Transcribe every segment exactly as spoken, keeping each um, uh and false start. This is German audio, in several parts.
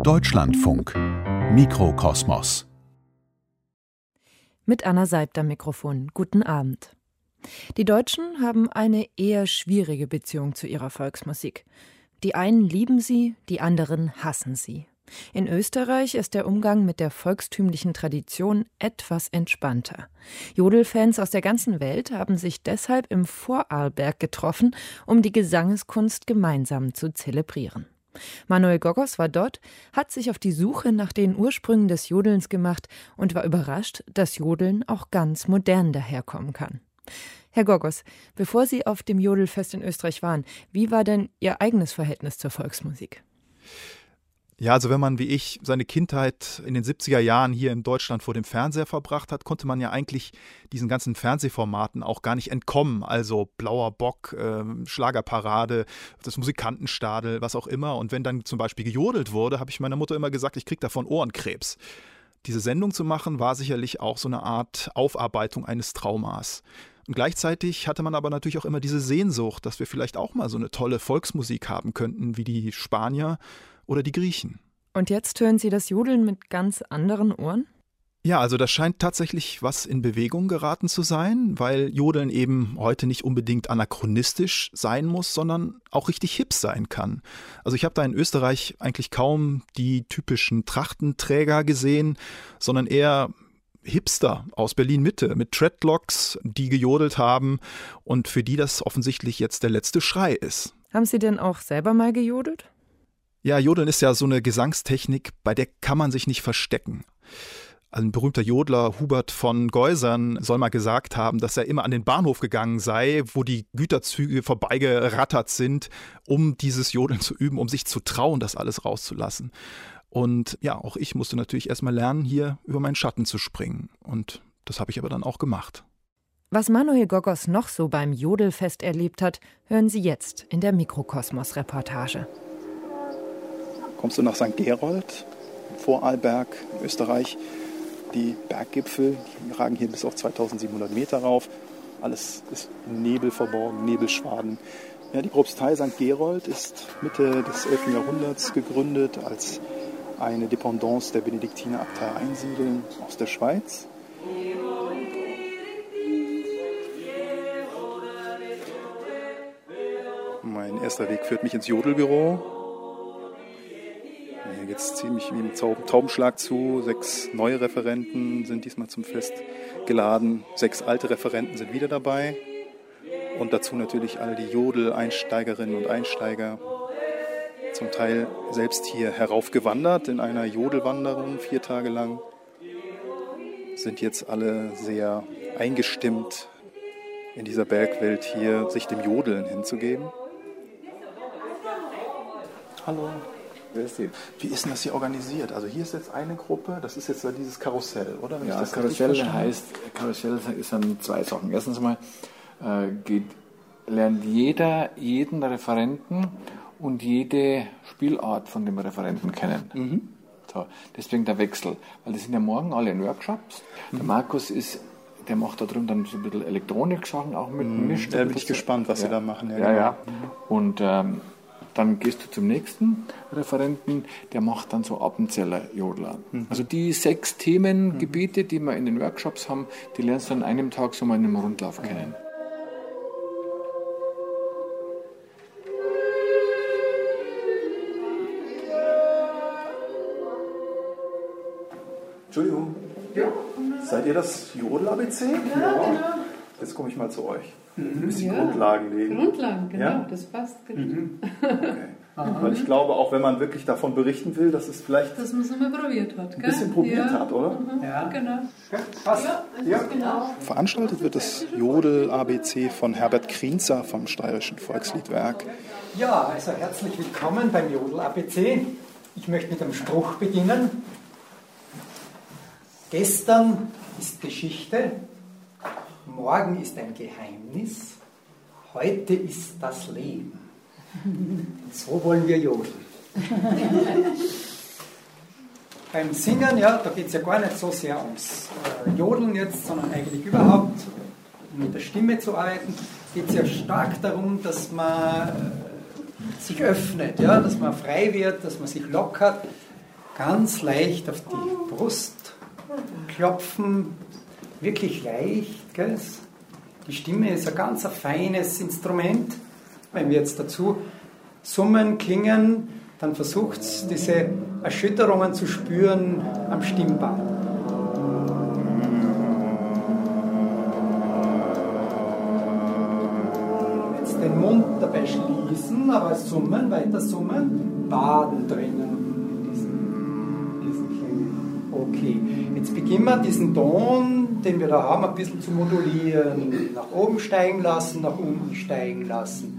Deutschlandfunk Mikrokosmos. Mit Anna Seibt am Mikrofon. Guten Abend. Die Deutschen haben eine eher schwierige Beziehung zu ihrer Volksmusik. Die einen lieben sie, die anderen hassen sie. In Österreich ist der Umgang mit der volkstümlichen Tradition etwas entspannter. Jodelfans aus der ganzen Welt haben sich deshalb im Vorarlberg getroffen, um die Gesangeskunst gemeinsam zu zelebrieren. Manuel Gogos war dort, hat sich auf die Suche nach den Ursprüngen des Jodelns gemacht und war überrascht, dass Jodeln auch ganz modern daherkommen kann. Herr Gogos, bevor Sie auf dem Jodelfest in Österreich waren, wie war denn Ihr eigenes Verhältnis zur Volksmusik? Ja, also wenn man wie ich seine Kindheit in den siebziger Jahren hier in Deutschland vor dem Fernseher verbracht hat, konnte man ja eigentlich diesen ganzen Fernsehformaten auch gar nicht entkommen. Also Blauer Bock, äh, Schlagerparade, das Musikantenstadel, was auch immer. Und wenn dann zum Beispiel gejodelt wurde, habe ich meiner Mutter immer gesagt, ich kriege davon Ohrenkrebs. Diese Sendung zu machen, war sicherlich auch so eine Art Aufarbeitung eines Traumas. Und gleichzeitig hatte man aber natürlich auch immer diese Sehnsucht, dass wir vielleicht auch mal so eine tolle Volksmusik haben könnten, wie die Spanier oder die Griechen. Und jetzt hören Sie das Jodeln mit ganz anderen Ohren? Ja, also das scheint tatsächlich was in Bewegung geraten zu sein, weil Jodeln eben heute nicht unbedingt anachronistisch sein muss, sondern auch richtig hip sein kann. Also ich habe da in Österreich eigentlich kaum die typischen Trachtenträger gesehen, sondern eher Hipster aus Berlin-Mitte mit Dreadlocks, die gejodelt haben und für die das offensichtlich jetzt der letzte Schrei ist. Haben Sie denn auch selber mal gejodelt? Ja, Jodeln ist ja so eine Gesangstechnik, bei der kann man sich nicht verstecken. Ein berühmter Jodler, Hubert von Geusern, soll mal gesagt haben, dass er immer an den Bahnhof gegangen sei, wo die Güterzüge vorbeigerattert sind, um dieses Jodeln zu üben, um sich zu trauen, das alles rauszulassen. Und ja, auch ich musste natürlich erstmal lernen, hier über meinen Schatten zu springen. Und das habe ich aber dann auch gemacht. Was Manuel Gogos noch so beim Jodelfest erlebt hat, hören Sie jetzt in der Mikrokosmos-Reportage. Kommst du nach Sankt Gerold, Vorarlberg, Österreich. Die Berggipfel die ragen hier bis auf zweitausendsiebenhundert Meter rauf. Alles ist in Nebel verborgen, Nebelschwaden. Ja, die Propstei Sankt Gerold ist Mitte des elften Jahrhunderts gegründet als eine Dependance der Benediktinerabtei Einsiedeln aus der Schweiz. Mein erster Weg führt mich ins Jodelbüro. Hier geht es ziemlich wie im Taubenschlag zu. Sechs neue Referenten sind diesmal zum Fest geladen. Sechs alte Referenten sind wieder dabei. Und dazu natürlich all die Jodel-Einsteigerinnen und Einsteiger. Zum Teil selbst hier heraufgewandert in einer Jodelwanderung, vier Tage lang. Sind jetzt alle sehr eingestimmt in dieser Bergwelt hier, sich dem Jodeln hinzugeben. Hallo. Wie ist denn das hier organisiert? Also hier ist jetzt eine Gruppe, das ist jetzt dieses Karussell, oder? Wenn ja, das Karussell heißt, Karussell ist dann zwei Sachen. Erstens mal äh, geht, lernt jeder jeden Referenten und jede Spielart von dem Referenten kennen. Mhm. So, deswegen der Wechsel, weil die sind ja morgen alle in Workshops. Mhm. Der Markus ist, der macht da drin dann so ein bisschen Elektronik-Sachen auch mit. Mhm. Mischt, da bin ich gespannt, was ja. Sie da machen. Ja, ja. Genau. ja. Und ähm, dann gehst du zum nächsten Referenten, der macht dann so Appenzeller-Jodler. Mhm. Also die sechs Themengebiete, die wir in den Workshops haben, die lernst du an einem Tag so mal in einem Rundlauf kennen. Entschuldigung, ja. Seid ihr das Jodel-A B C? Ja, ja, genau. Jetzt komme ich mal zu euch. Mhm. Ein bisschen ja. Grundlagen legen. Grundlagen, genau, ja? das passt. Mhm. Okay. Weil ich glaube, auch wenn man wirklich davon berichten will, dass es vielleicht dass man es mal probiert hat, ein bisschen probiert ja. hat, oder? Mhm. Ja, genau. Ja, passt. Ja, ja. genau. Veranstaltet wird das Jodel-A B C von Herbert Krienzer vom Steirischen Volksliedwerk. Ja, also herzlich willkommen beim Jodel-A B C. Ich möchte mit einem Spruch beginnen. Gestern ist Geschichte, morgen ist ein Geheimnis, heute ist das Leben. So wollen wir jodeln. Beim Singen, ja, da geht es ja gar nicht so sehr ums äh, Jodeln jetzt, sondern eigentlich überhaupt mit der Stimme zu arbeiten. Es geht ja stark darum, dass man äh, sich öffnet, ja, dass man frei wird, dass man sich lockert. ganz leicht auf die Brust klopfen, wirklich leicht. Gell? Die Stimme ist ein ganz ein feines Instrument. Wenn wir jetzt dazu summen, klingen, dann versucht es, diese Erschütterungen zu spüren am Stimmband. Jetzt den Mund dabei schließen, aber summen, weiter summen, baden drinnen. Okay, jetzt beginnen wir diesen Ton, den wir da haben, ein bisschen zu modulieren. Nach oben steigen lassen, nach unten steigen lassen.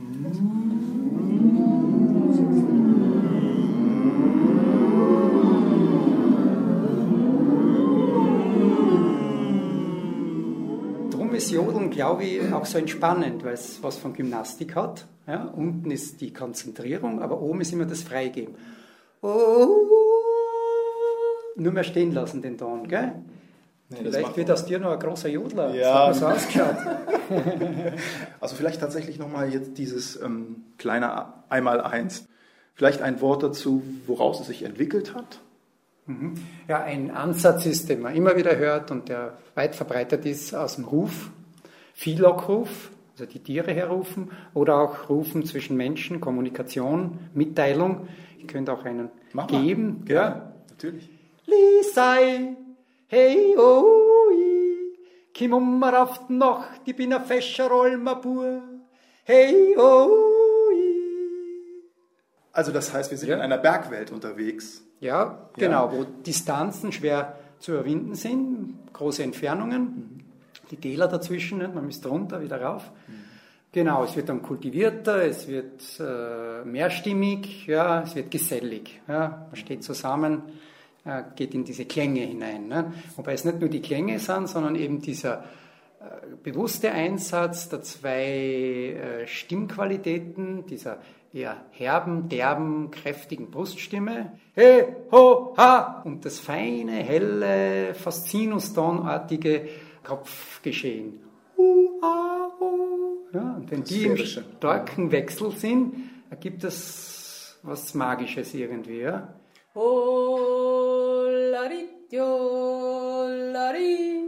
Drum ist Jodeln, glaube ich, auch so entspannend, weil es was von Gymnastik hat. Ja, unten ist die Konzentrierung, aber oben ist immer das Freigeben. Oh. Nur mehr stehen lassen, den Ton, gell? Nee, vielleicht wird aus dir noch ein großer Jodler. Ja. Das hat so ausgeschaut. Also vielleicht tatsächlich nochmal jetzt dieses ähm, kleine Einmaleins. Vielleicht ein Wort dazu, woraus es sich entwickelt hat? Mhm. Ja, ein Ansatz ist, den man immer wieder hört und der weit verbreitet ist aus dem Ruf. Viellockruf, also die Tiere herrufen, oder auch Rufen zwischen Menschen, Kommunikation, Mitteilung. Ich könnte auch einen Mach geben. Ja, ja, natürlich. Lisei, hey oi, kim ummer auf die Nacht, ich bin ein fescher Olmerbur, hey oi. Also das heißt, wir sind ja in einer Bergwelt unterwegs. Ja, genau, ja. Wo Distanzen schwer zu überwinden sind, große Entfernungen, mhm. die Täler dazwischen, man ist runter, wieder rauf. Mhm. Genau, es wird dann kultivierter, es wird äh, mehrstimmig, ja, es wird gesellig, ja, man steht zusammen, geht in diese Klänge hinein. Ne? Wobei es nicht nur die Klänge sind, sondern eben dieser äh, bewusste Einsatz der zwei äh, Stimmqualitäten, dieser eher herben, derben, kräftigen Bruststimme, he, ho, ha, und das feine, helle, fast sinustonartige Kopfgeschehen. Uh, ah, uh. Ja, und wenn die im starken Wechsel sind, ergibt es was Magisches irgendwie. Ja? Oh, laritio, lari,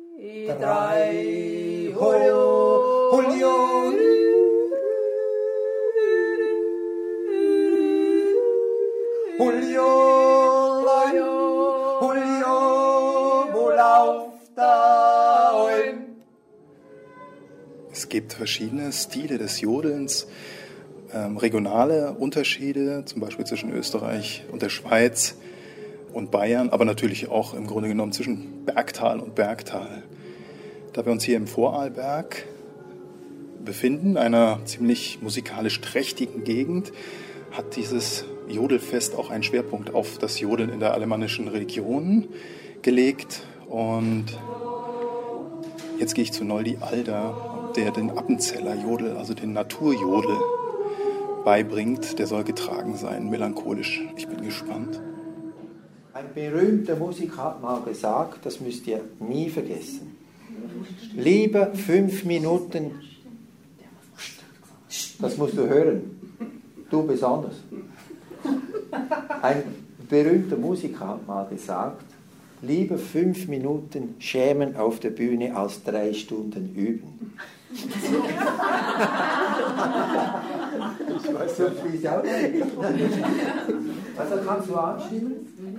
drei, Julio, Julio, Julio, Julio, wo lauft da hin? Es gibt verschiedene Stile des Jodelns. Ähm, regionale Unterschiede, zum Beispiel zwischen Österreich und der Schweiz und Bayern, aber natürlich auch im Grunde genommen zwischen Bergtal und Bergtal. Da wir uns hier im Vorarlberg befinden, einer ziemlich musikalisch trächtigen Gegend, hat dieses Jodelfest auch einen Schwerpunkt auf das Jodeln in der alemannischen Religion gelegt. Und jetzt gehe ich zu Noldi Alder, der den Appenzeller Jodel, also den Naturjodel, beibringt, der soll getragen sein, melancholisch. Ich bin gespannt. Ein berühmter Musiker hat mal gesagt, das müsst ihr nie vergessen. Lieber fünf Minuten, das musst du hören, du besonders. Ein berühmter Musiker hat mal gesagt, lieber fünf Minuten schämen auf der Bühne als drei Stunden üben. Ich weiß so viel auch nicht. Also kannst du anstimmen?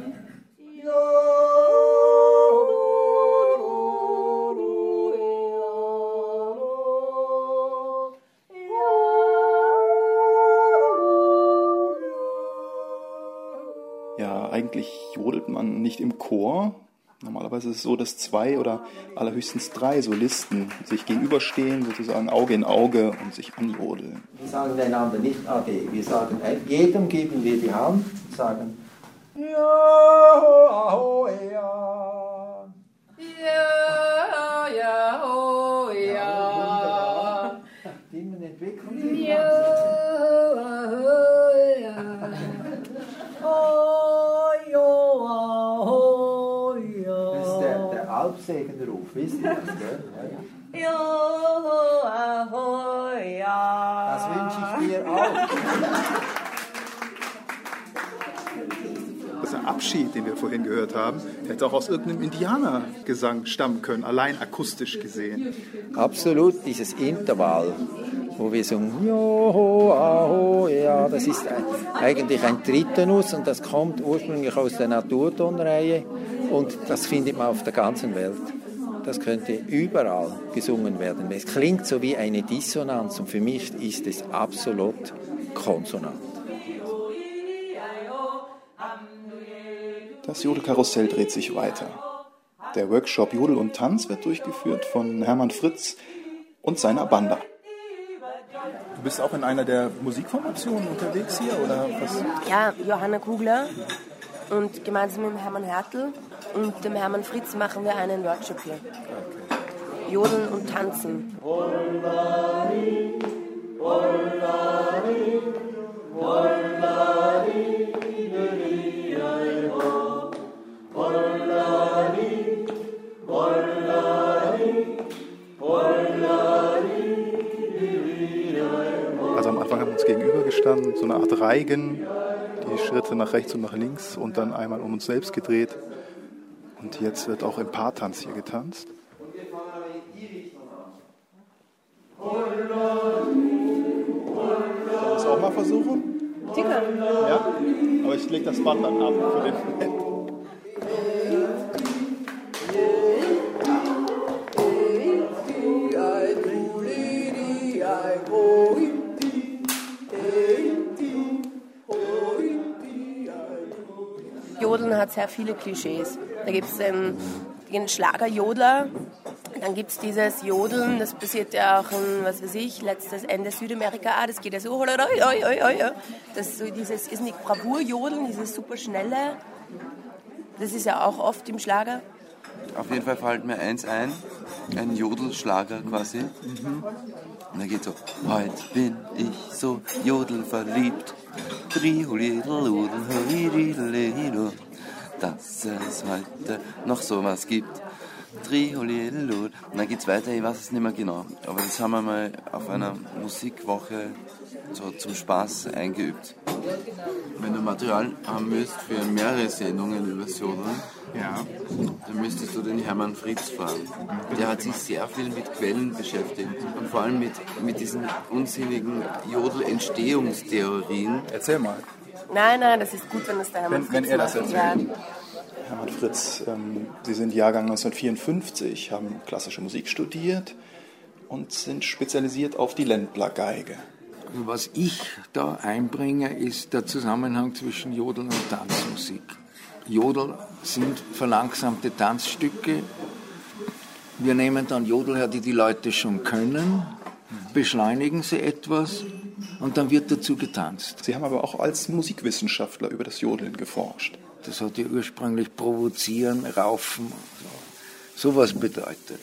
Ja, eigentlich jodelt man nicht im Chor. Normalerweise ist es so, dass zwei oder allerhöchstens drei Solisten sich gegenüberstehen, sozusagen Auge in Auge und sich anjodeln. Wir sagen einander nicht A D, wir sagen, jedem geben wir die Hand und sagen ja, ho, ja. Ja, ja, oh, ja. Stimmen entwickeln sich. Ja, oh, ja. Oh, ja, das ist der, der Alpsegenruf, wisst ihr das, gell? Ja, oh, ja. Das wünsche ich dir auch. Der Abschied, den wir vorhin gehört haben, hätte auch aus irgendeinem Indianergesang stammen können, allein akustisch gesehen. Absolut, dieses Intervall, wo wir sagen, Joho, aho, ja, das ist eigentlich ein Tritonus und das kommt ursprünglich aus der Naturtonreihe und das findet man auf der ganzen Welt. Das könnte überall gesungen werden. Es klingt so wie eine Dissonanz und für mich ist es absolut konsonant. Das Jodelkarussell dreht sich weiter. Der Workshop Jodel und Tanz wird durchgeführt von Hermann Fritz und seiner Banda. Du bist auch in einer der Musikformationen unterwegs hier, oder was? Ja, Johanna Kugler und gemeinsam mit dem Hermann Hertel und dem Hermann Fritz machen wir einen Workshop hier. Okay. Jodeln und Tanzen. Also am Anfang haben wir uns gegenübergestanden, so eine Art Reigen, die Schritte nach rechts und nach links und dann einmal um uns selbst gedreht. Und jetzt wird auch im Paartanz hier getanzt. Sollen wir das auch mal versuchen? Sicher. Ja, aber ich lege das Band dann ab für den Moment. Jodeln hat sehr viele Klischees. Da gibt es den, den Schlagerjodler, dann gibt es dieses Jodeln, das passiert ja auch in, was weiß ich, letztes Ende Südamerika, ah, das geht ja so, das ist so dieses, ist nicht Bravour-Jodeln, dieses super schnelle, das ist ja auch oft im Schlager. Auf jeden Fall fällt mir eins ein, ein Jodelschlager quasi. Mhm. Und da geht so, heute bin ich so jodelverliebt, dass es heute noch sowas gibt. Und dann geht's weiter, ich weiß es nicht mehr genau. Aber das haben wir mal auf einer Musikwoche so zum Spaß eingeübt. Wenn du Material haben müsst für mehrere Sendungen über das Jodeln, ja, dann müsstest du den Hermann Fritz fragen. Der hat sich sehr viel mit Quellen beschäftigt und vor allem mit, mit diesen unsinnigen Jodel-Entstehungstheorien. Erzähl mal. Nein, nein, das ist gut, wenn das der Hermann wenn, Fritz Wenn er das macht. erzählt. Ja. Hermann Fritz, ähm, Sie sind Jahrgang neunzehnhundertvierundfünfzig, haben klassische Musik studiert und sind spezialisiert auf die Ländlergeige. Was ich da einbringe, ist der Zusammenhang zwischen Jodeln und Tanzmusik. Jodel sind verlangsamte Tanzstücke. Wir nehmen dann Jodel her, die die Leute schon können, beschleunigen sie etwas und dann wird dazu getanzt. Sie haben aber auch als Musikwissenschaftler über das Jodeln geforscht. Das hat ja ursprünglich provozieren, raufen, so, sowas bedeutet.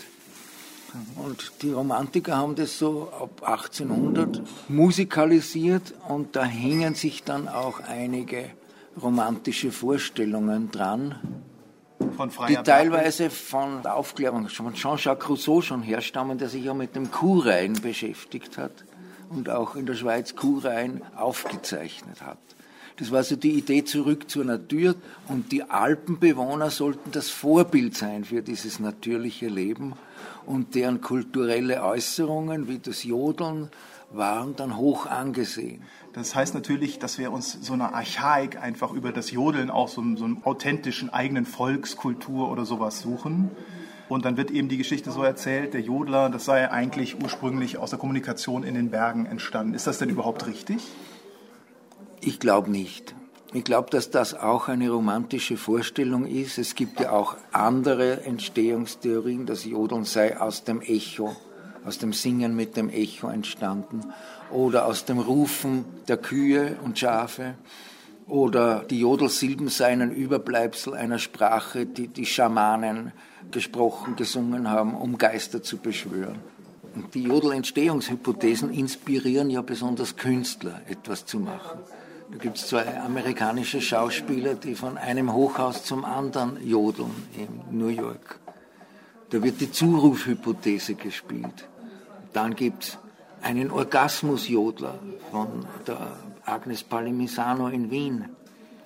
Und die Romantiker haben das so ab achtzehnhundert musikalisiert und da hängen sich dann auch einige romantische Vorstellungen dran, von die teilweise von der Aufklärung, von Jean-Jacques Rousseau schon herstammen, der sich ja mit dem Kuhreihen beschäftigt hat und auch in der Schweiz Kuhreihen aufgezeichnet hat. Das war so die Idee zurück zur Natur und die Alpenbewohner sollten das Vorbild sein für dieses natürliche Leben und deren kulturelle Äußerungen wie das Jodeln waren dann hoch angesehen. Das heißt natürlich, dass wir uns so eine Archaik einfach über das Jodeln, auch so, so einen authentischen eigenen Volkskultur oder sowas suchen. Und dann wird eben die Geschichte so erzählt, der Jodler, das sei eigentlich ursprünglich aus der Kommunikation in den Bergen entstanden. Ist das denn überhaupt richtig? Ich glaube nicht. Ich glaube, dass das auch eine romantische Vorstellung ist. Es gibt ja auch andere Entstehungstheorien, das Jodeln sei aus dem Echo, aus dem Singen mit dem Echo entstanden oder aus dem Rufen der Kühe und Schafe oder die Jodelsilben seien ein Überbleibsel einer Sprache, die die Schamanen gesprochen, gesungen haben, um Geister zu beschwören. Und die Jodel-Entstehungshypothesen inspirieren ja besonders Künstler, etwas zu machen. Da gibt es zwei amerikanische Schauspieler, die von einem Hochhaus zum anderen jodeln in New York. Da wird die Zurufhypothese gespielt. Dann gibt es einen Orgasmusjodler von der Agnes Palmisano in Wien.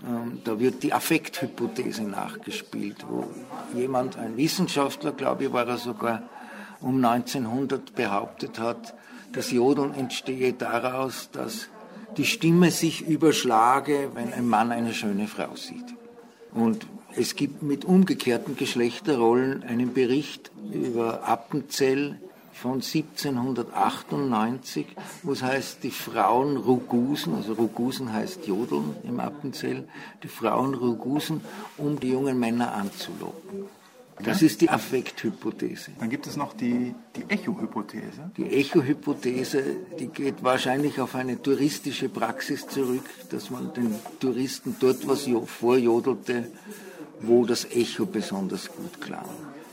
Da wird die Affekthypothese nachgespielt, wo jemand, ein Wissenschaftler, glaube ich, war er sogar, um neunzehnhundert behauptet hat, das Jodeln entstehe daraus, dass die Stimme sich überschlage, wenn ein Mann eine schöne Frau sieht. Und es gibt mit umgekehrten Geschlechterrollen einen Bericht über Appenzell von siebzehnhundertachtundneunzig, wo es heißt, die Frauen rugusen, also rugusen heißt Jodeln im Appenzell, die Frauen rugusen, um die jungen Männer anzulocken. Das ist die Affekthypothese. Dann gibt es noch die, die Echo-Hypothese. Die Echo-Hypothese, die geht wahrscheinlich auf eine touristische Praxis zurück, dass man den Touristen dort was vorjodelte, wo das Echo besonders gut klang.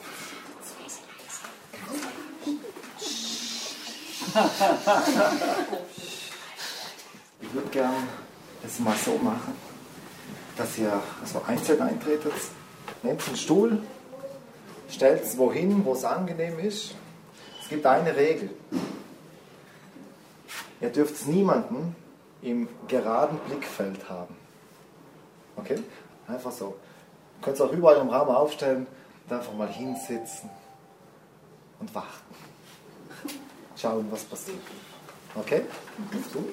Ich würde gerne es mal so machen, dass ihr also einzeln eintretet, nehmt einen Stuhl, stellt es wohin, wo es angenehm ist. Es gibt eine Regel. Ihr dürft niemanden im geraden Blickfeld haben. Okay? Einfach so. Ihr könnt es auch überall im Raum aufstellen und einfach mal hinsitzen und warten. Schauen, was passiert. Okay? So.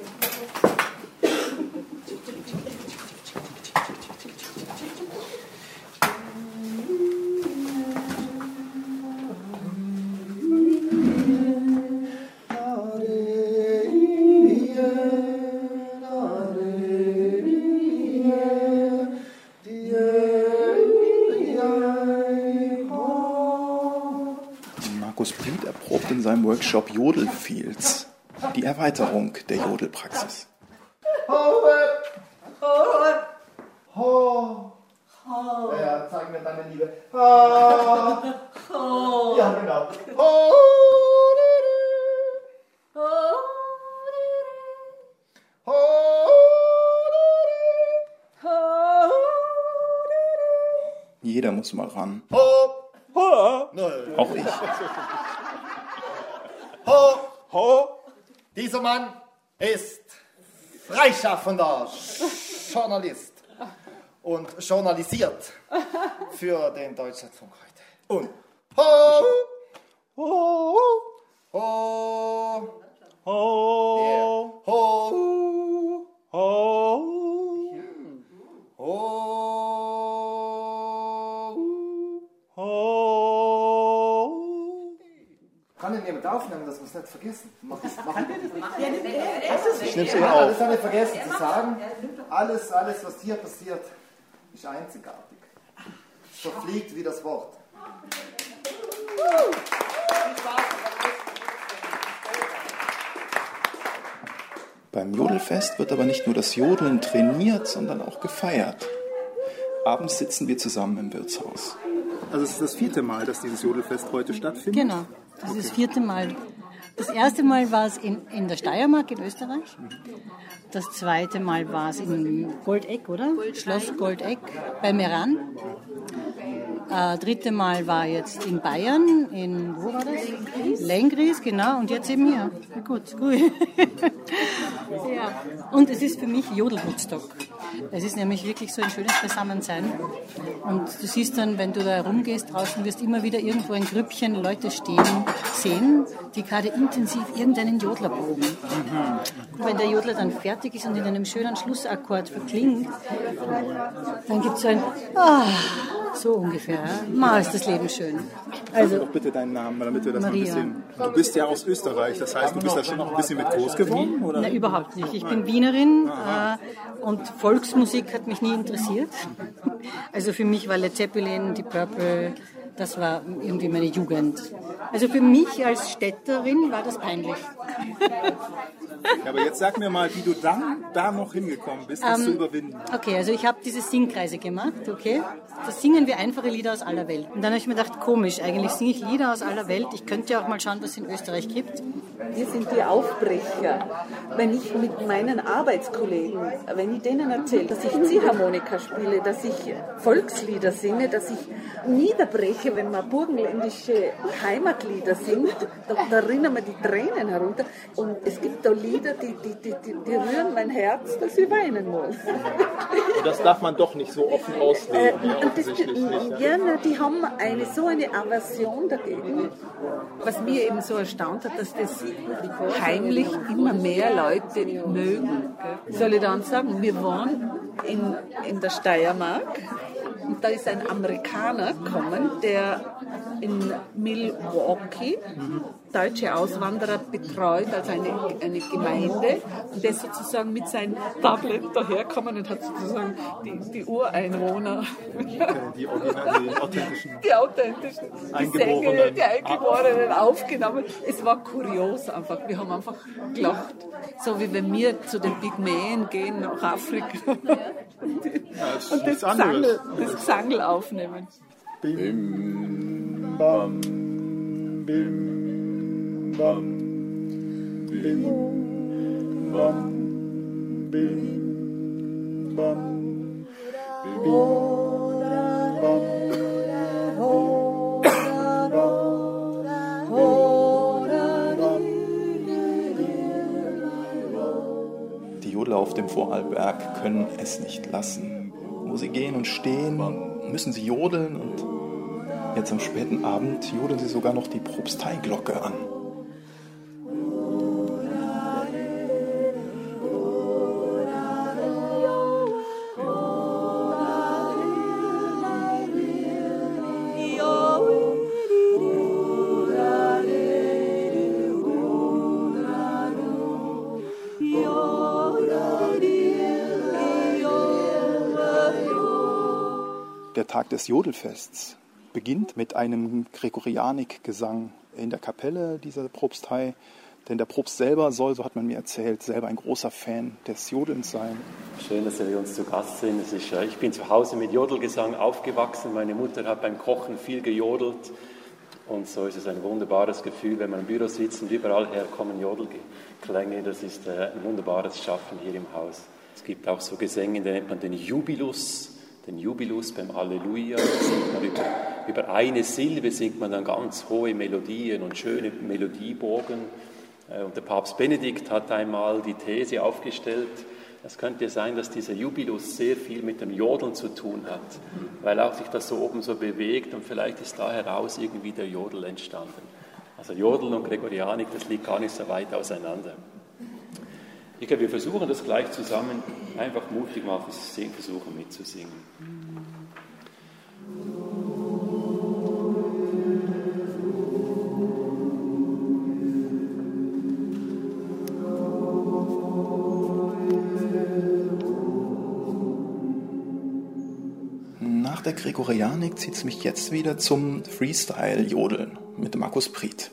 Markus Bried erprobt in seinem Workshop Jodelfields, die Erweiterung der Jodelpraxis. Ja, zeig mir deine Liebe. Ja, genau. Jeder muss mal ran. Auch ich. Ho, ho. Dieser Mann ist freischaffender Journalist und journalisiert für den Deutschlandfunk heute. Und ho, ho, ho, ho, yeah. ho, ho, ho. Kann denn jemand aufnehmen, dass wir es nicht vergessen? Mach es, mach es. Ich nehme es immer auf. Das habe ich vergessen zu sagen. Alles, alles, was hier passiert, ist einzigartig. Es verfliegt wie das Wort. Beim Jodelfest wird aber nicht nur das Jodeln trainiert, sondern auch gefeiert. Abends sitzen wir zusammen im Wirtshaus. Also es ist das vierte Mal, dass dieses Jodelfest heute stattfindet? Genau, das ist das vierte Mal. Das erste Mal war es in, in der Steiermark in Österreich. Das zweite Mal war es in Goldeck, oder? Goldeck. Schloss Goldeck bei Meran. Äh, dritte Mal war jetzt in Bayern, in, wo war das? Lenggries. Lenggries, genau, und jetzt eben hier. Gut, gut. Ja. Und es ist für mich Jodel-Woodstock. Es ist nämlich wirklich so ein schönes Beisammensein. Und du siehst dann, wenn du da rumgehst draußen, wirst immer wieder irgendwo ein Grüppchen Leute stehen sehen, die gerade intensiv irgendeinen Jodler proben. Und wenn der Jodler dann fertig ist und in einem schönen Schlussakkord verklingt, dann gibt es so ein Ah, so ungefähr. Ja. Mal ist das Leben schön. Also, sag doch bitte deinen Namen, damit wir das Maria. Ein bisschen... Du bist ja aus Österreich, das heißt, du bist da schon noch ein bisschen mit groß geworden? Oder? Nein, überhaupt nicht. Ich bin Wienerin äh, und Volksmusik hat mich nie interessiert. Also für mich war Led Zeppelin, die Purple, das war irgendwie meine Jugend. Also für mich als Städterin war das peinlich. Ja, aber jetzt sag mir mal, wie du dann da noch hingekommen bist, das um, zu überwinden. Okay, also ich habe diese Singkreise gemacht, okay? Da singen wir einfache Lieder aus aller Welt. Und dann habe ich mir gedacht, komisch, eigentlich singe ich Lieder aus aller Welt. Ich könnte ja auch mal schauen, was es in Österreich gibt. Wir sind die Aufbrecher. Wenn ich mit meinen Arbeitskollegen, wenn ich denen erzähle, dass ich Ziehharmonika spiele, dass ich Volkslieder singe, dass ich niederbreche, wenn man burgenländische Heimatlieder singt, da, da rinnen mir die Tränen herunter. Und es gibt da Lieder, Lieder, die, die, die, die, die rühren mein Herz, dass ich weinen muss. Und das darf man doch nicht so offen ausleben. Äh, ja, und das, offensichtlich nicht, ja. ja, na, die haben eine, so eine Aversion dagegen. Was mir eben so erstaunt hat, dass das heimlich immer mehr Leute mögen. Soll ich dann sagen, wir waren in, in der Steiermark und da ist ein Amerikaner gekommen, der in Milwaukee deutsche Auswanderer betreut, also eine, eine Gemeinde, und der ist sozusagen mit seinem Tablet daherkommen und hat sozusagen die, die Ureinwohner, die, Original, die authentischen, die authentischen Eingeborenen. Gesänge, die Eingeborenen aufgenommen. Es war kurios einfach, wir haben einfach gelacht, so wie wenn wir zu den Pygmäen gehen nach Afrika und, die, ja, das, und das, Gesangl, das Gesangl aufnehmen. Bim, bam, bim, bam, bim, bam, bim, bam, Die Jodler auf dem Vorarlberg können es nicht lassen. Wo sie gehen und stehen, müssen sie jodeln, und jetzt am späten Abend jodeln sie sogar noch die Propsteiglocke an. Der Tag des Jodelfests beginnt mit einem Gregorianik-Gesang in der Kapelle dieser Propstei. Denn der Propst selber soll, so hat man mir erzählt, selber ein großer Fan des Jodelns sein. Schön, dass Sie bei uns zu Gast sind. Es ist, ich bin zu Hause mit Jodelgesang aufgewachsen. Meine Mutter hat beim Kochen viel gejodelt. Und so ist es ein wunderbares Gefühl, wenn man im Büro sitzt und überall her kommen Jodelklänge. Das ist ein wunderbares Schaffen hier im Haus. Es gibt auch so Gesänge, die nennt man den Jubilus. Den Jubilus beim Halleluja, singt man über, über eine Silbe singt man dann ganz hohe Melodien und schöne Melodiebogen. Und der Papst Benedikt hat einmal die These aufgestellt, es könnte sein, dass dieser Jubilus sehr viel mit dem Jodeln zu tun hat, weil auch sich das so oben so bewegt, und vielleicht ist da heraus irgendwie der Jodel entstanden. Also Jodel und Gregorianik, das liegt gar nicht so weit auseinander. Ich glaube, wir versuchen das gleich zusammen, einfach mutig mal versuchen mitzusingen. Nach der Gregorianik zieht es mich jetzt wieder zum Freestyle-Jodeln mit Markus Priet.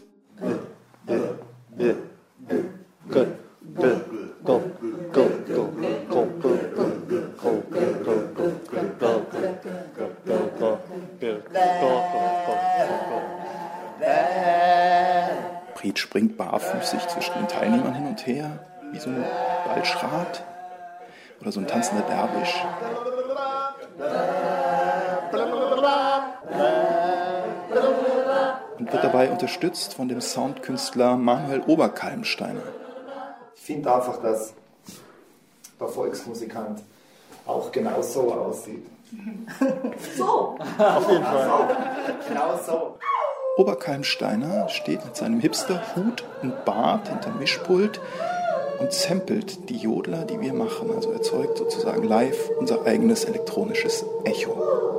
Priet springt barfüßig zwischen den Teilnehmern hin und her, wie so ein Ballschrat oder so ein tanzender Derwisch. Und wird dabei unterstützt von dem Soundkünstler Manuel Oberkalmsteiner. Ich finde einfach, dass der Volksmusikant auch genau so aussieht. So! Auf jeden Fall. Genau so. Oberkalmsteiner steht mit seinem Hipster-Hut und Bart hinterm Mischpult und samplet die Jodler, die wir machen. Also erzeugt sozusagen live unser eigenes elektronisches Echo.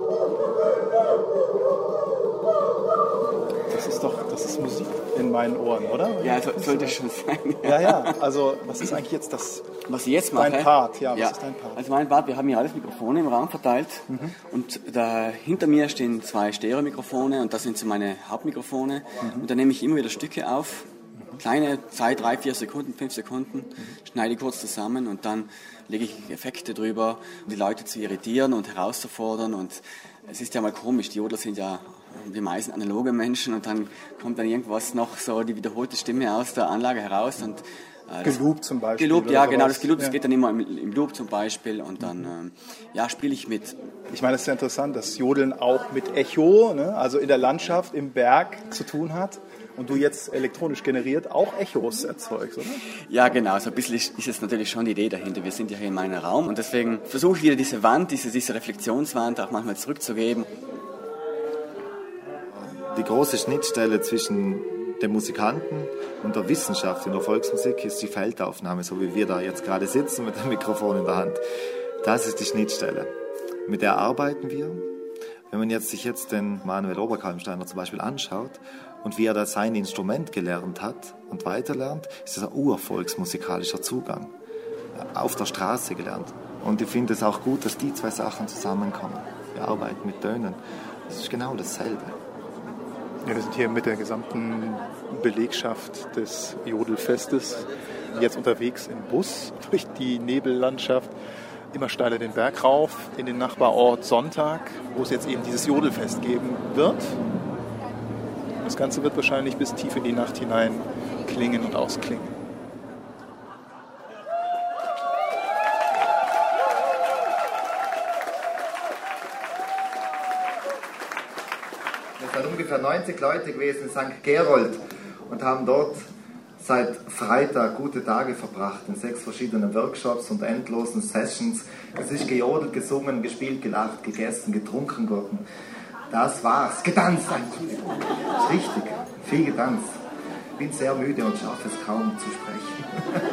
Das ist doch, das ist Musik in meinen Ohren, oder? Ja, so, sollte schon sein. Ja, ja, also was ist eigentlich jetzt das? Was ich jetzt mache? Dein Part, ja, was ja. ist dein Part? Also mein Part, wir haben hier alles Mikrofone im Raum verteilt mhm. und da hinter mir stehen zwei Stereo-Mikrofone und das sind so meine Hauptmikrofone mhm. und da nehme ich immer wieder Stücke auf, kleine, zwei, drei, vier Sekunden, fünf Sekunden, mhm. schneide kurz zusammen und dann lege ich Effekte drüber, um die Leute zu irritieren und herauszufordern. Und es ist ja mal komisch, die Jodler sind ja die meisten analoge Menschen und dann kommt dann irgendwas noch so, die wiederholte Stimme aus der Anlage heraus. Und äh, Geloop zum Beispiel. Geloop, ja, genau, das Geloop, das ja. geht dann immer im, im Loop zum Beispiel und dann ähm, ja, spiele ich mit. Ich meine, es ist ja interessant, dass Jodeln auch mit Echo, ne, also in der Landschaft, im Berg zu tun hat. Und du jetzt elektronisch generiert auch Echos erzeugst, oder? Ja, genau. So ein bisschen ist, ist jetzt natürlich schon die Idee dahinter. Wir sind ja hier in meinem Raum und deswegen versuche ich wieder diese Wand, diese, diese Reflexionswand auch manchmal zurückzugeben. Die große Schnittstelle zwischen dem Musikanten und der Wissenschaft in der Volksmusik ist die Feldaufnahme, so wie wir da jetzt gerade sitzen mit dem Mikrofon in der Hand. Das ist die Schnittstelle. Mit der arbeiten wir. Wenn man jetzt sich jetzt den Manuel Oberkalmsteiner zum Beispiel anschaut und wie er da sein Instrument gelernt hat und weiterlernt, ist das ein urvolksmusikalischer Zugang. Auf der Straße gelernt. Und ich finde es auch gut, dass die zwei Sachen zusammenkommen. Wir arbeiten mit Tönen. Das ist genau dasselbe. Ja, wir sind hier mit der gesamten Belegschaft des Jodelfestes jetzt unterwegs im Bus durch die Nebellandschaft. Immer steiler den Berg rauf in den Nachbarort Sonntag, wo es jetzt eben dieses Jodelfest geben wird. Das Ganze wird wahrscheinlich bis tief in die Nacht hinein klingen und ausklingen. Es sind ungefähr neunzig Leute gewesen in Sankt Gerold und haben dort seit Freitag gute Tage verbracht in sechs verschiedenen Workshops und endlosen Sessions. Es ist gejodelt, gesungen, gespielt, gelacht, gegessen, getrunken worden. Das war's. Getanzt, Entschuldigung. Das ist richtig. Viel getanzt. Bin sehr müde und schaffe es kaum zu sprechen.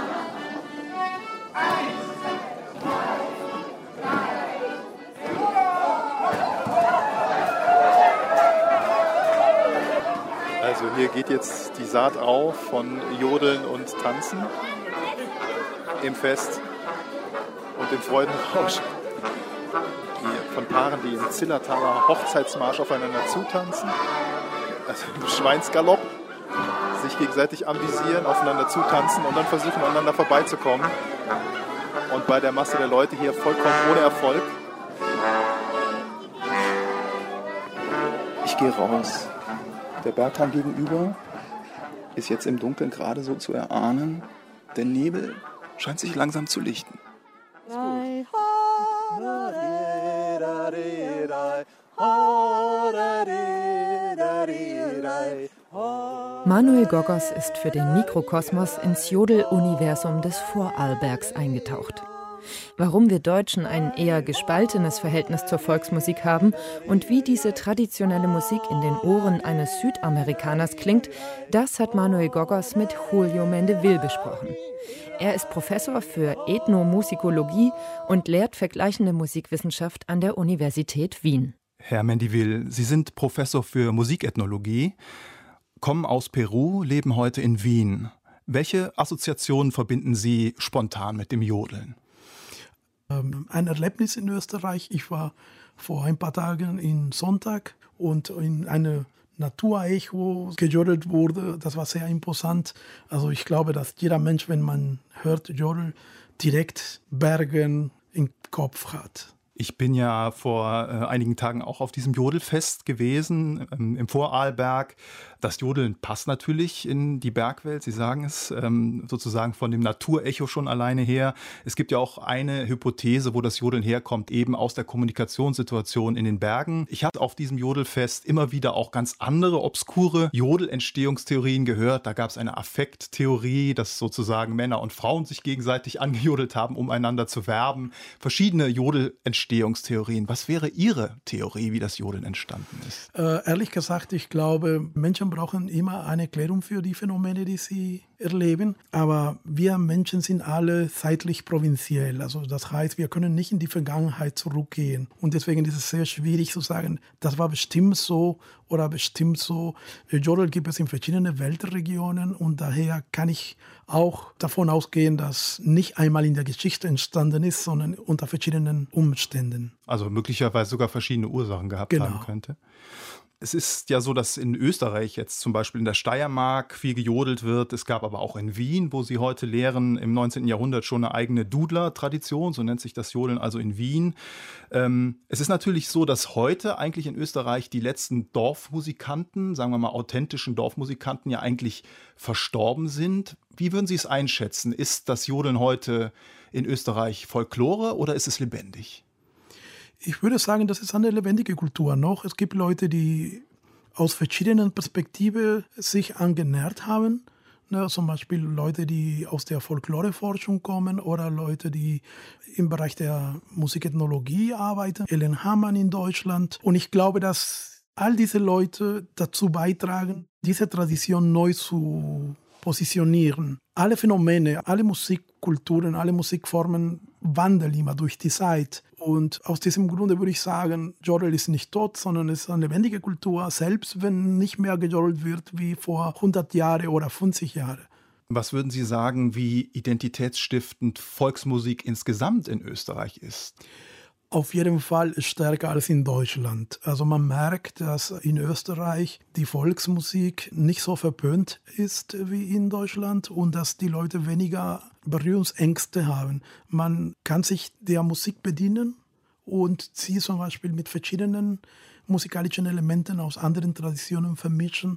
Also hier geht jetzt die Saat auf von Jodeln und Tanzen im Fest und im Freudenrausch die, von Paaren, die im Zillertaler Hochzeitsmarsch aufeinander zutanzen, also im Schweinsgalopp, sich gegenseitig amüsieren, aufeinander zutanzen und dann versuchen, aneinander vorbeizukommen. Und bei der Masse der Leute hier vollkommen ohne Erfolg. Ich gehe raus. Der Berghang gegenüber ist jetzt im Dunkeln gerade so zu erahnen. Der Nebel scheint sich langsam zu lichten. Manuel Gogos ist für den Mikrokosmos ins Jodel-Universum des Vorarlbergs eingetaucht. Warum wir Deutschen ein eher gespaltenes Verhältnis zur Volksmusik haben und wie diese traditionelle Musik in den Ohren eines Südamerikaners klingt, das hat Manuel Gogos mit Julio Mendevil besprochen. Er ist Professor für Ethnomusikologie und lehrt vergleichende Musikwissenschaft an der Universität Wien. Herr Mendevil, Sie sind Professor für Musikethnologie, kommen aus Peru, leben heute in Wien. Welche Assoziationen verbinden Sie spontan mit dem Jodeln? Ein Erlebnis in Österreich. Ich war vor ein paar Tagen in Sonntag und in eine Naturecho gejodelt wurde. Das war sehr imposant. Also ich glaube, dass jeder Mensch, wenn man hört Jodel, direkt Bergen im Kopf hat. Ich bin ja vor äh, einigen Tagen auch auf diesem Jodelfest gewesen, ähm, im Vorarlberg. Das Jodeln passt natürlich in die Bergwelt, Sie sagen es, ähm, sozusagen von dem Naturecho schon alleine her. Es gibt ja auch eine Hypothese, wo das Jodeln herkommt, eben aus der Kommunikationssituation in den Bergen. Ich habe auf diesem Jodelfest immer wieder auch ganz andere, obskure Jodelentstehungstheorien gehört. Da gab es eine Affekttheorie, dass sozusagen Männer und Frauen sich gegenseitig angejodelt haben, um einander zu werben. Verschiedene Jodelentstehungstheorien. Entstehungstheorien. Was wäre Ihre Theorie, wie das Jodeln entstanden ist? Äh, ehrlich gesagt, ich glaube, Menschen brauchen immer eine Erklärung für die Phänomene, die sie erleben. Aber wir Menschen sind alle zeitlich provinziell. Also das heißt, wir können nicht in die Vergangenheit zurückgehen. Und deswegen ist es sehr schwierig zu sagen, das war bestimmt so oder bestimmt so. Jodel gibt es in verschiedenen Weltregionen und daher kann ich auch davon ausgehen, dass nicht einmal in der Geschichte entstanden ist, sondern unter verschiedenen Umständen. Also möglicherweise sogar verschiedene Ursachen gehabt genau. haben könnte. Es ist ja so, dass in Österreich jetzt zum Beispiel in der Steiermark viel gejodelt wird. Es gab aber auch in Wien, wo Sie heute lehren, im neunzehnten Jahrhundert schon eine eigene Dudler-Tradition, so nennt sich das Jodeln also in Wien. Ähm, es ist natürlich so, dass heute eigentlich in Österreich die letzten Dorfmusikanten, sagen wir mal authentischen Dorfmusikanten, ja eigentlich verstorben sind. Wie würden Sie es einschätzen? Ist das Jodeln heute in Österreich Folklore oder ist es lebendig? Ich würde sagen, das ist eine lebendige Kultur noch. Es gibt Leute, die aus verschiedenen Perspektiven sich angenähert haben. Ne, zum Beispiel Leute, die aus der Folkloreforschung kommen oder Leute, die im Bereich der Musikethnologie arbeiten. Ellen Hamann in Deutschland. Und ich glaube, dass all diese Leute dazu beitragen, diese Tradition neu zu positionieren. Alle Phänomene, alle Musikkulturen, alle Musikformen wandeln immer durch die Zeit. Und aus diesem Grunde würde ich sagen, Jodel ist nicht tot, sondern es ist eine lebendige Kultur, selbst wenn nicht mehr gejodelt wird wie vor hundert Jahren oder fünfzig Jahren. Was würden Sie sagen, wie identitätsstiftend Volksmusik insgesamt in Österreich ist? Auf jeden Fall stärker als in Deutschland. Also man merkt, dass in Österreich die Volksmusik nicht so verpönt ist wie in Deutschland und dass die Leute weniger Berührungsängste haben. Man kann sich der Musik bedienen und sie zum Beispiel mit verschiedenen musikalischen Elementen aus anderen Traditionen vermischen.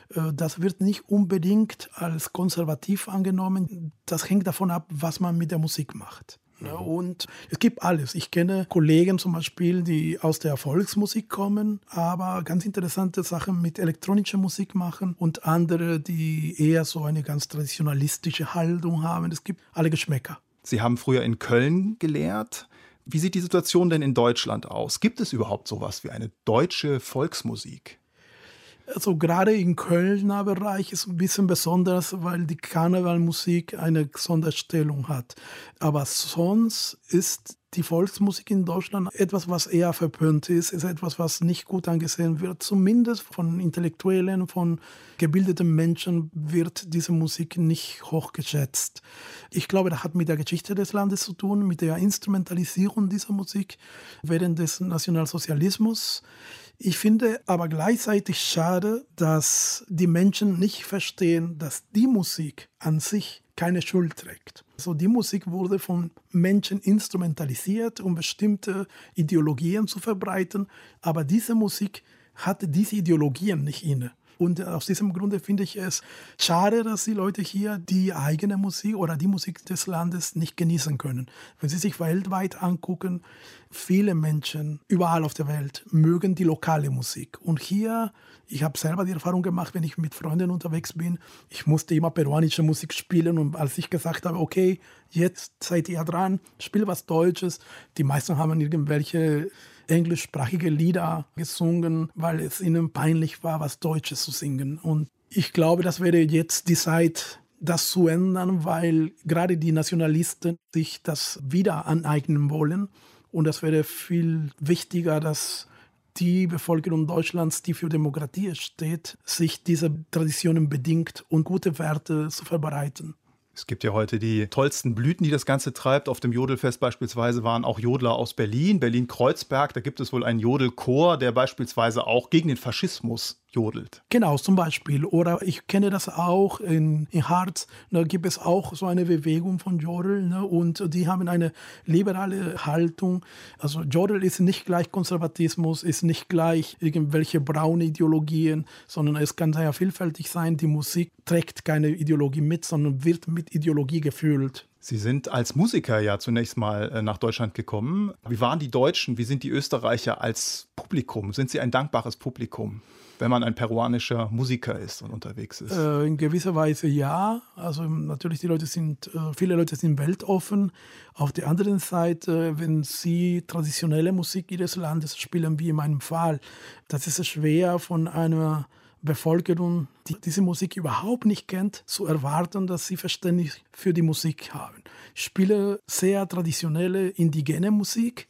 Das wird nicht unbedingt als konservativ angenommen. Das hängt davon ab, was man mit der Musik macht. Ja, und es gibt alles. Ich kenne Kollegen zum Beispiel, die aus der Volksmusik kommen, aber ganz interessante Sachen mit elektronischer Musik machen und andere, die eher so eine ganz traditionalistische Haltung haben. Es gibt alle Geschmäcker. Sie haben früher in Köln gelehrt. Wie sieht die Situation denn in Deutschland aus? Gibt es überhaupt sowas wie eine deutsche Volksmusik? Also gerade im Kölner Bereich ist ein bisschen besonders, weil die Karnevalmusik eine Sonderstellung hat. Aber sonst ist die Volksmusik in Deutschland etwas, was eher verpönt ist, ist etwas, was nicht gut angesehen wird. Zumindest von Intellektuellen, von gebildeten Menschen wird diese Musik nicht hochgeschätzt. Ich glaube, das hat mit der Geschichte des Landes zu tun, mit der Instrumentalisierung dieser Musik während des Nationalsozialismus. Ich finde aber gleichzeitig schade, dass die Menschen nicht verstehen, dass die Musik an sich keine Schuld trägt. Also die Musik wurde von Menschen instrumentalisiert, um bestimmte Ideologien zu verbreiten, aber diese Musik hatte diese Ideologien nicht inne. Und aus diesem Grunde finde ich es schade, dass die Leute hier die eigene Musik oder die Musik des Landes nicht genießen können. Wenn sie sich weltweit angucken, viele Menschen überall auf der Welt mögen die lokale Musik. Und hier, ich habe selber die Erfahrung gemacht, wenn ich mit Freunden unterwegs bin, ich musste immer peruanische Musik spielen. Und als ich gesagt habe, okay, jetzt seid ihr dran, spiel was Deutsches, die meisten haben irgendwelche englischsprachige Lieder gesungen, weil es ihnen peinlich war, was Deutsches zu singen. Und ich glaube, das wäre jetzt die Zeit, das zu ändern, weil gerade die Nationalisten sich das wieder aneignen wollen. Und das wäre viel wichtiger, dass die Bevölkerung Deutschlands, die für Demokratie steht, sich diese Traditionen bedingt und gute Werte zu verbreiten. Es gibt ja heute die tollsten Blüten, die das Ganze treibt. Auf dem Jodelfest beispielsweise waren auch Jodler aus Berlin, Berlin-Kreuzberg. Da gibt es wohl einen Jodelchor, der beispielsweise auch gegen den Faschismus jodelt. Genau, zum Beispiel. Oder ich kenne das auch in, in Harz. Da gibt es auch so eine Bewegung von Jodel. Ne, und die haben eine liberale Haltung. Also Jodel ist nicht gleich Konservatismus, ist nicht gleich irgendwelche braune Ideologien, sondern es kann sehr vielfältig sein. Die Musik trägt keine Ideologie mit, sondern wird mit Ideologie gefüllt. Sie sind als Musiker ja zunächst mal nach Deutschland gekommen. Wie waren die Deutschen, wie sind die Österreicher als Publikum? Sind sie ein dankbares Publikum, wenn man ein peruanischer Musiker ist und unterwegs ist? Äh, in gewisser Weise ja. Also natürlich, die Leute sind, äh, viele Leute sind weltoffen. Auf der anderen Seite, wenn sie traditionelle Musik ihres Landes spielen, wie in meinem Fall, das ist schwer von einer Bevölkerung, die diese Musik überhaupt nicht kennt, zu erwarten, dass sie Verständnis für die Musik haben. Ich spiele sehr traditionelle indigene Musik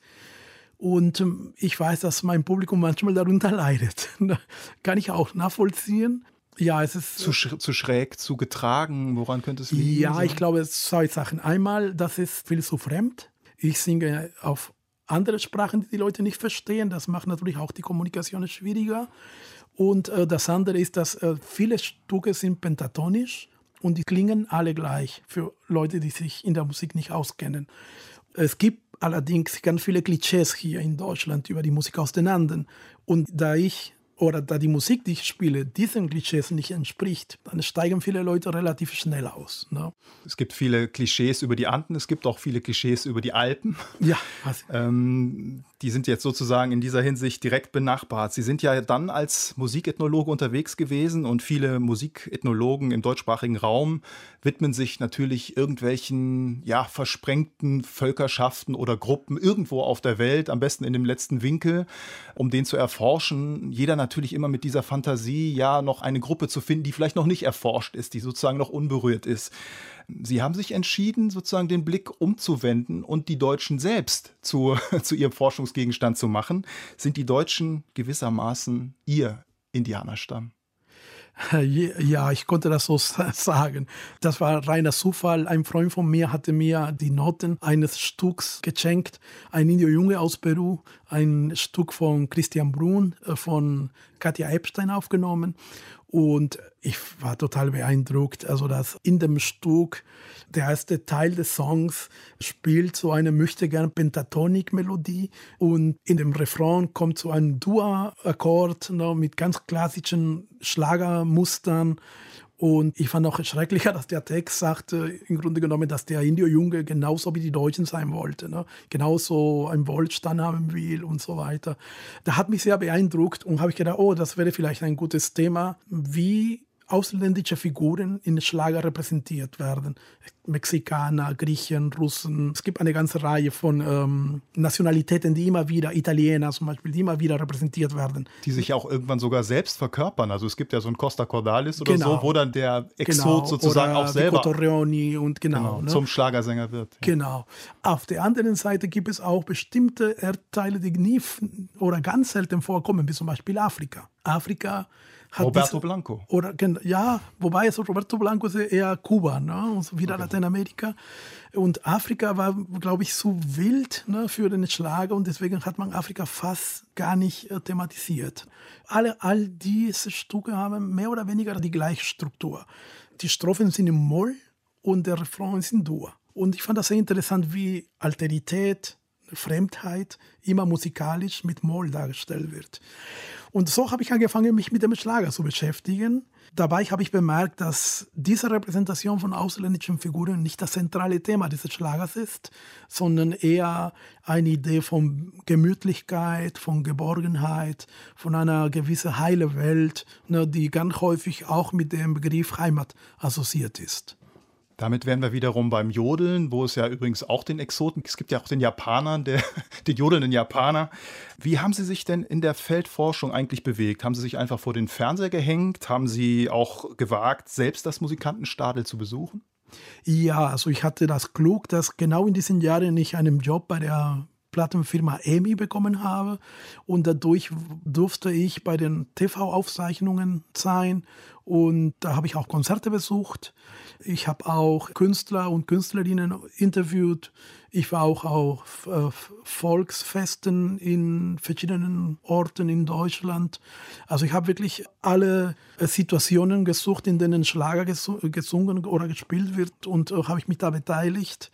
und ich weiß, dass mein Publikum manchmal darunter leidet. Kann ich auch nachvollziehen. Ja, es ist zu, sch- zu schräg, zu getragen. Woran könnte es liegen? Ja, ich glaube, es zwei Sachen. Einmal, das ist viel zu fremd. Ich singe auf andere Sprachen, die die Leute nicht verstehen. Das macht natürlich auch die Kommunikation schwieriger. Und äh, das andere ist, dass äh, viele Stücke sind pentatonisch und die klingen alle gleich für Leute, die sich in der Musik nicht auskennen. Es gibt allerdings ganz viele Klischees hier in Deutschland über die Musik aus den Anden. Und da ich oder da die Musik, die ich spiele, diesen Klischees nicht entspricht, dann steigen viele Leute relativ schnell aus. Ne? Es gibt viele Klischees über die Anden, es gibt auch viele Klischees über die Alpen. Ja. Ähm, die sind jetzt sozusagen in dieser Hinsicht direkt benachbart. Sie sind ja dann als Musikethnologe unterwegs gewesen und viele Musikethnologen im deutschsprachigen Raum widmen sich natürlich irgendwelchen ja, versprengten Völkerschaften oder Gruppen irgendwo auf der Welt, am besten in dem letzten Winkel, um den zu erforschen. Jeder natürlich immer mit dieser Fantasie, ja, noch eine Gruppe zu finden, die vielleicht noch nicht erforscht ist, die sozusagen noch unberührt ist. Sie haben sich entschieden, sozusagen den Blick umzuwenden und die Deutschen selbst zu, zu ihrem Forschungsgegenstand zu machen. Sind die Deutschen gewissermaßen ihr Indianerstamm? Ja, ich konnte das so sagen. Das war reiner Zufall. Ein Freund von mir hatte mir die Noten eines Stücks geschenkt. Ein Indio-Junge aus Peru, ein Stück von Christian Brun, von Katja Epstein aufgenommen. Und ich war total beeindruckt. Also, dass in dem Stück der erste Teil des Songs spielt so eine möchtegern Pentatonik-Melodie und in dem Refrain kommt so ein Dur-Akkord, ne, mit ganz klassischen Schlagermustern. Und ich fand auch schrecklicher, dass der Text sagte, im Grunde genommen, dass der Indio-Junge genauso wie die Deutschen sein wollte, ne? Genauso einen Wohlstand haben will und so weiter. Da hat mich sehr beeindruckt und habe ich gedacht, oh, das wäre vielleicht ein gutes Thema, wie ausländische Figuren in Schlager repräsentiert werden. Mexikaner, Griechen, Russen. Es gibt eine ganze Reihe von ähm, Nationalitäten, die immer wieder, Italiener zum Beispiel, die immer wieder repräsentiert werden. Die sich auch irgendwann sogar selbst verkörpern. Also es gibt ja so ein Costa Cordalis oder genau. so, wo dann der Exot genau. sozusagen oder auch selber Torreoni und genau, genau, ne? zum Schlagersänger wird. Ja. Genau. Auf der anderen Seite gibt es auch bestimmte Erdteile, die nie oder ganz selten vorkommen, wie zum Beispiel Afrika. Afrika hat Roberto diese, Blanco. Oder, ja, wobei also Roberto Blanco ist eher Kuba, ne? Und so wieder okay. Lateinamerika. Und Afrika war, glaube ich, zu wild, ne, für den Schlager und deswegen hat man Afrika fast gar nicht äh, thematisiert. Alle, all diese Stücke haben mehr oder weniger die gleiche Struktur. Die Strophen sind in Moll und der Refrain ist in Dur. Und ich fand das sehr interessant, wie Alterität, Fremdheit immer musikalisch mit Moll dargestellt wird. Und so habe ich angefangen, mich mit dem Schlager zu beschäftigen. Dabei habe ich bemerkt, dass diese Repräsentation von ausländischen Figuren nicht das zentrale Thema dieses Schlagers ist, sondern eher eine Idee von Gemütlichkeit, von Geborgenheit, von einer gewissen heilen Welt, ne, die ganz häufig auch mit dem Begriff Heimat assoziiert ist. Damit wären wir wiederum beim Jodeln, wo es ja übrigens auch den Exoten, es gibt ja auch den Japanern, der, den jodelnden Japaner. Wie haben Sie sich denn in der Feldforschung eigentlich bewegt? Haben Sie sich einfach vor den Fernseher gehängt? Haben Sie auch gewagt, selbst das Musikantenstadel zu besuchen? Ja, also ich hatte das Glück, dass genau in diesen Jahren ich einen Job bei der Plattenfirma E M I bekommen habe und dadurch durfte ich bei den T V-Aufzeichnungen sein und da habe ich auch Konzerte besucht. Ich habe auch Künstler und Künstlerinnen interviewt. Ich war auch auf äh, Volksfesten in verschiedenen Orten in Deutschland. Also ich habe wirklich alle äh, Situationen gesucht, in denen Schlager gesu- gesungen oder gespielt wird und äh, habe ich mich da beteiligt.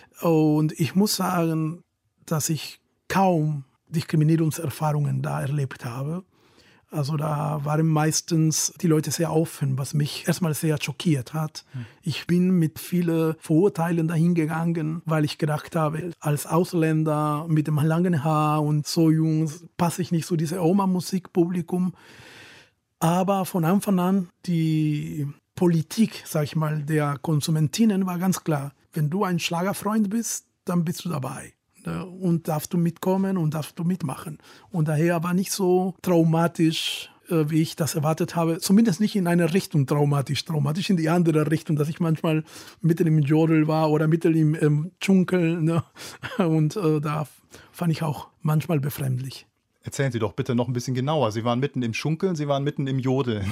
Und ich muss sagen, dass ich kaum Diskriminierungserfahrungen da erlebt habe. Also da waren meistens die Leute sehr offen, was mich erstmal sehr schockiert hat. Hm. Ich bin mit vielen Vorurteilen dahin gegangen, weil ich gedacht habe, als Ausländer mit dem langen Haar und so jung passe ich nicht zu diesem Oma-Musikpublikum. Aber von Anfang an, die Politik, sag ich mal, der Konsumentinnen war ganz klar. Wenn du ein Schlagerfreund bist, dann bist du dabei. Und darfst du mitkommen und darfst du mitmachen. Und daher war nicht so traumatisch, wie ich das erwartet habe. Zumindest nicht in eine Richtung traumatisch, traumatisch in die andere Richtung, dass ich manchmal mitten im Jodel war oder mitten im, im Dschungel. Ne? Und äh, da fand ich auch manchmal befremdlich. Erzählen Sie doch bitte noch ein bisschen genauer. Sie waren mitten im Schunkeln, Sie waren mitten im Jodeln.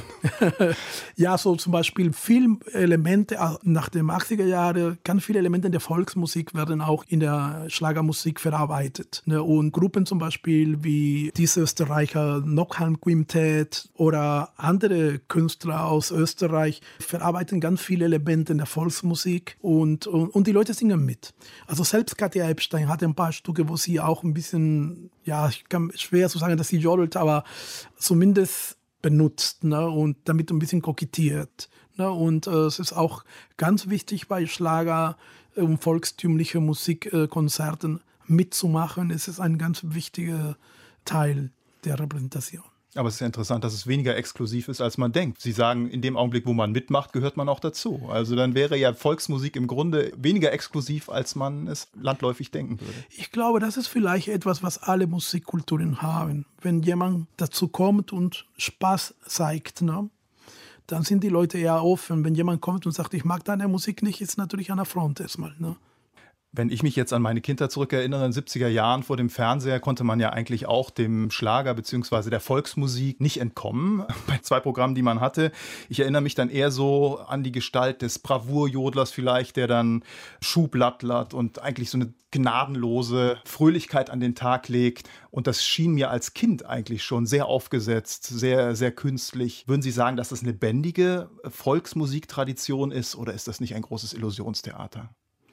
Ja, so zum Beispiel Filmelemente nach den achtziger Jahren, ganz viele Elemente der Volksmusik werden auch in der Schlagermusik verarbeitet. Und Gruppen zum Beispiel wie dieses Österreicher Nockhalm Quintett oder andere Künstler aus Österreich verarbeiten ganz viele Elemente in der Volksmusik und, und, und die Leute singen mit. Also selbst Katja Epstein hatte ein paar Stücke, wo sie auch ein bisschen ja, ich kann schwer zu sagen, dass sie jodelt, aber zumindest benutzt, ne, und damit ein bisschen kokettiert. Ne, und äh, es ist auch ganz wichtig bei Schlager und volkstümliche Musikkonzerten mitzumachen. Es ist ein ganz wichtiger Teil der Repräsentation. Aber es ist ja interessant, dass es weniger exklusiv ist, als man denkt. Sie sagen, in dem Augenblick, wo man mitmacht, gehört man auch dazu. Also dann wäre ja Volksmusik im Grunde weniger exklusiv, als man es landläufig denken würde. Ich glaube, das ist vielleicht etwas, was alle Musikkulturen haben. Wenn jemand dazu kommt und Spaß zeigt, ne, dann sind die Leute eher offen. Wenn jemand kommt und sagt, ich mag deine Musik nicht, ist natürlich ein Affront erstmal, ne? Wenn ich mich jetzt an meine Kindheit zurückerinnere, in den siebziger Jahren vor dem Fernseher, konnte man ja eigentlich auch dem Schlager bzw. der Volksmusik nicht entkommen. Bei zwei Programmen, die man hatte. Ich erinnere mich dann eher so an die Gestalt des Bravourjodlers vielleicht, der dann schublattlert und eigentlich so eine gnadenlose Fröhlichkeit an den Tag legt. Und das schien mir als Kind eigentlich schon sehr aufgesetzt, sehr, sehr künstlich. Würden Sie sagen, dass das eine lebendige Volksmusiktradition ist oder ist das nicht ein großes Illusionstheater?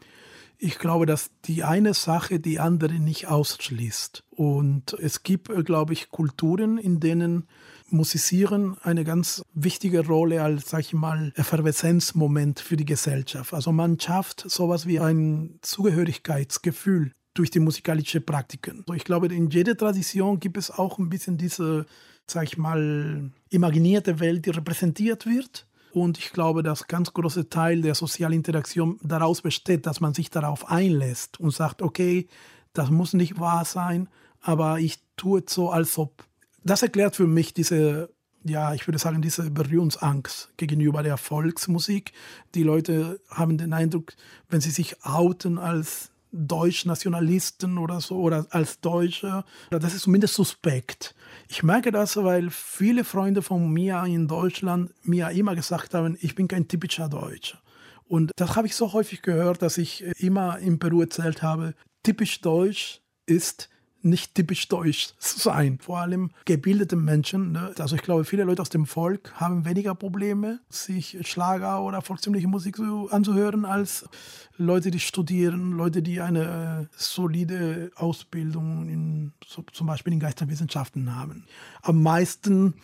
Ich glaube, dass die eine Sache die andere nicht ausschließt. Und es gibt, glaube ich, Kulturen, in denen Musisieren eine ganz wichtige Rolle als, sag ich mal, Efferveszenzmoment für die Gesellschaft. Also man schafft sowas wie ein Zugehörigkeitsgefühl durch die musikalischen Praktiken. Also ich glaube, in jeder Tradition gibt es auch ein bisschen diese, sag ich mal, imaginierte Welt, die repräsentiert wird. Und ich glaube, dass ganz großer Teil der sozialen Interaktion daraus besteht, dass man sich darauf einlässt und sagt, okay, das muss nicht wahr sein, aber ich tue es so, als ob. Das erklärt für mich diese, ja, ich würde sagen, diese Berührungsangst gegenüber der Volksmusik. Die Leute haben den Eindruck, wenn sie sich outen als Deutschnationalisten oder so oder als Deutsche, das ist zumindest suspekt. Ich merke das, weil viele Freunde von mir in Deutschland mir immer gesagt haben, ich bin kein typischer Deutscher. Und das habe ich so häufig gehört, dass ich immer in Peru erzählt habe, typisch deutsch ist nicht typisch deutsch zu sein. Vor allem gebildete Menschen. Ne? Also ich glaube, viele Leute aus dem Volk haben weniger Probleme, sich Schlager oder volkstümliche Musik so anzuhören, als Leute, die studieren, Leute, die eine äh, solide Ausbildung in, so, zum Beispiel in Geisteswissenschaften haben. Am meisten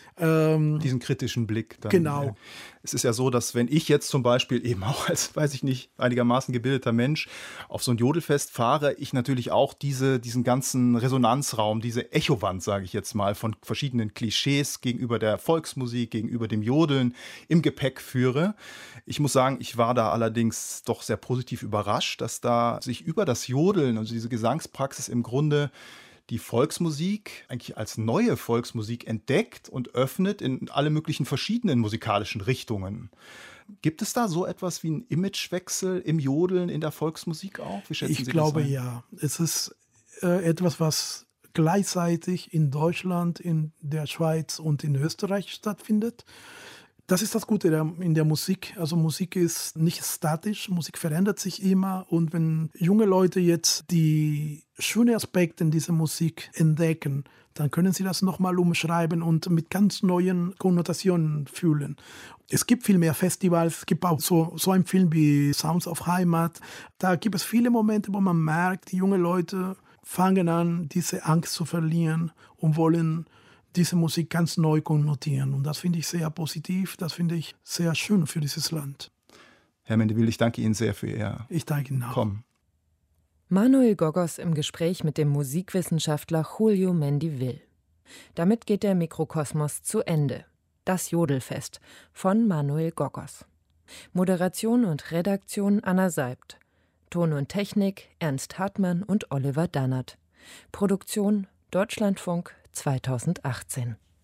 Ähm, diesen kritischen Blick. Dann. Genau. Es ist ja so, dass wenn ich jetzt zum Beispiel eben auch als, weiß ich nicht, einigermaßen gebildeter Mensch auf so ein Jodelfest fahre, ich natürlich auch diese, diesen ganzen Resonanzraum, diese Echowand, sage ich jetzt mal, von verschiedenen Klischees gegenüber der Volksmusik, gegenüber dem Jodeln im Gepäck führe. Ich muss sagen, ich war da allerdings doch sehr positiv überrascht, dass da sich über das Jodeln, also diese Gesangspraxis im Grunde die Volksmusik eigentlich als neue Volksmusik entdeckt und öffnet in alle möglichen verschiedenen musikalischen Richtungen. Gibt es da so etwas wie einen Imagewechsel im Jodeln in der Volksmusik auch? Wie schätzen ich Sie glaube das ein? ja. Es ist äh, etwas, was gleichzeitig in Deutschland, in der Schweiz und in Österreich stattfindet. Das ist das Gute in der Musik. Also Musik ist nicht statisch, Musik verändert sich immer. Und wenn junge Leute jetzt die schönen Aspekte in dieser Musik entdecken, dann können sie das nochmal umschreiben und mit ganz neuen Konnotationen fühlen. Es gibt viel mehr Festivals, es gibt auch so, so einen Film wie Sounds of Heimat. Da gibt es viele Momente, wo man merkt, die jungen Leute fangen an, diese Angst zu verlieren und wollen diese Musik ganz neu konnotieren. Und das finde ich sehr positiv, das finde ich sehr schön für dieses Land. Herr Mendeville, ich danke Ihnen sehr für Ihr Ich danke Ihnen auch. Kommen. Manuel Gogos im Gespräch mit dem Musikwissenschaftler Julio Mendivil. Damit geht der Mikrokosmos zu Ende. Das Jodelfest von Manuel Gogos. Moderation und Redaktion Anna Seibt. Ton und Technik Ernst Hartmann und Oliver Dannert. Produktion Deutschlandfunk zweitausendachtzehn.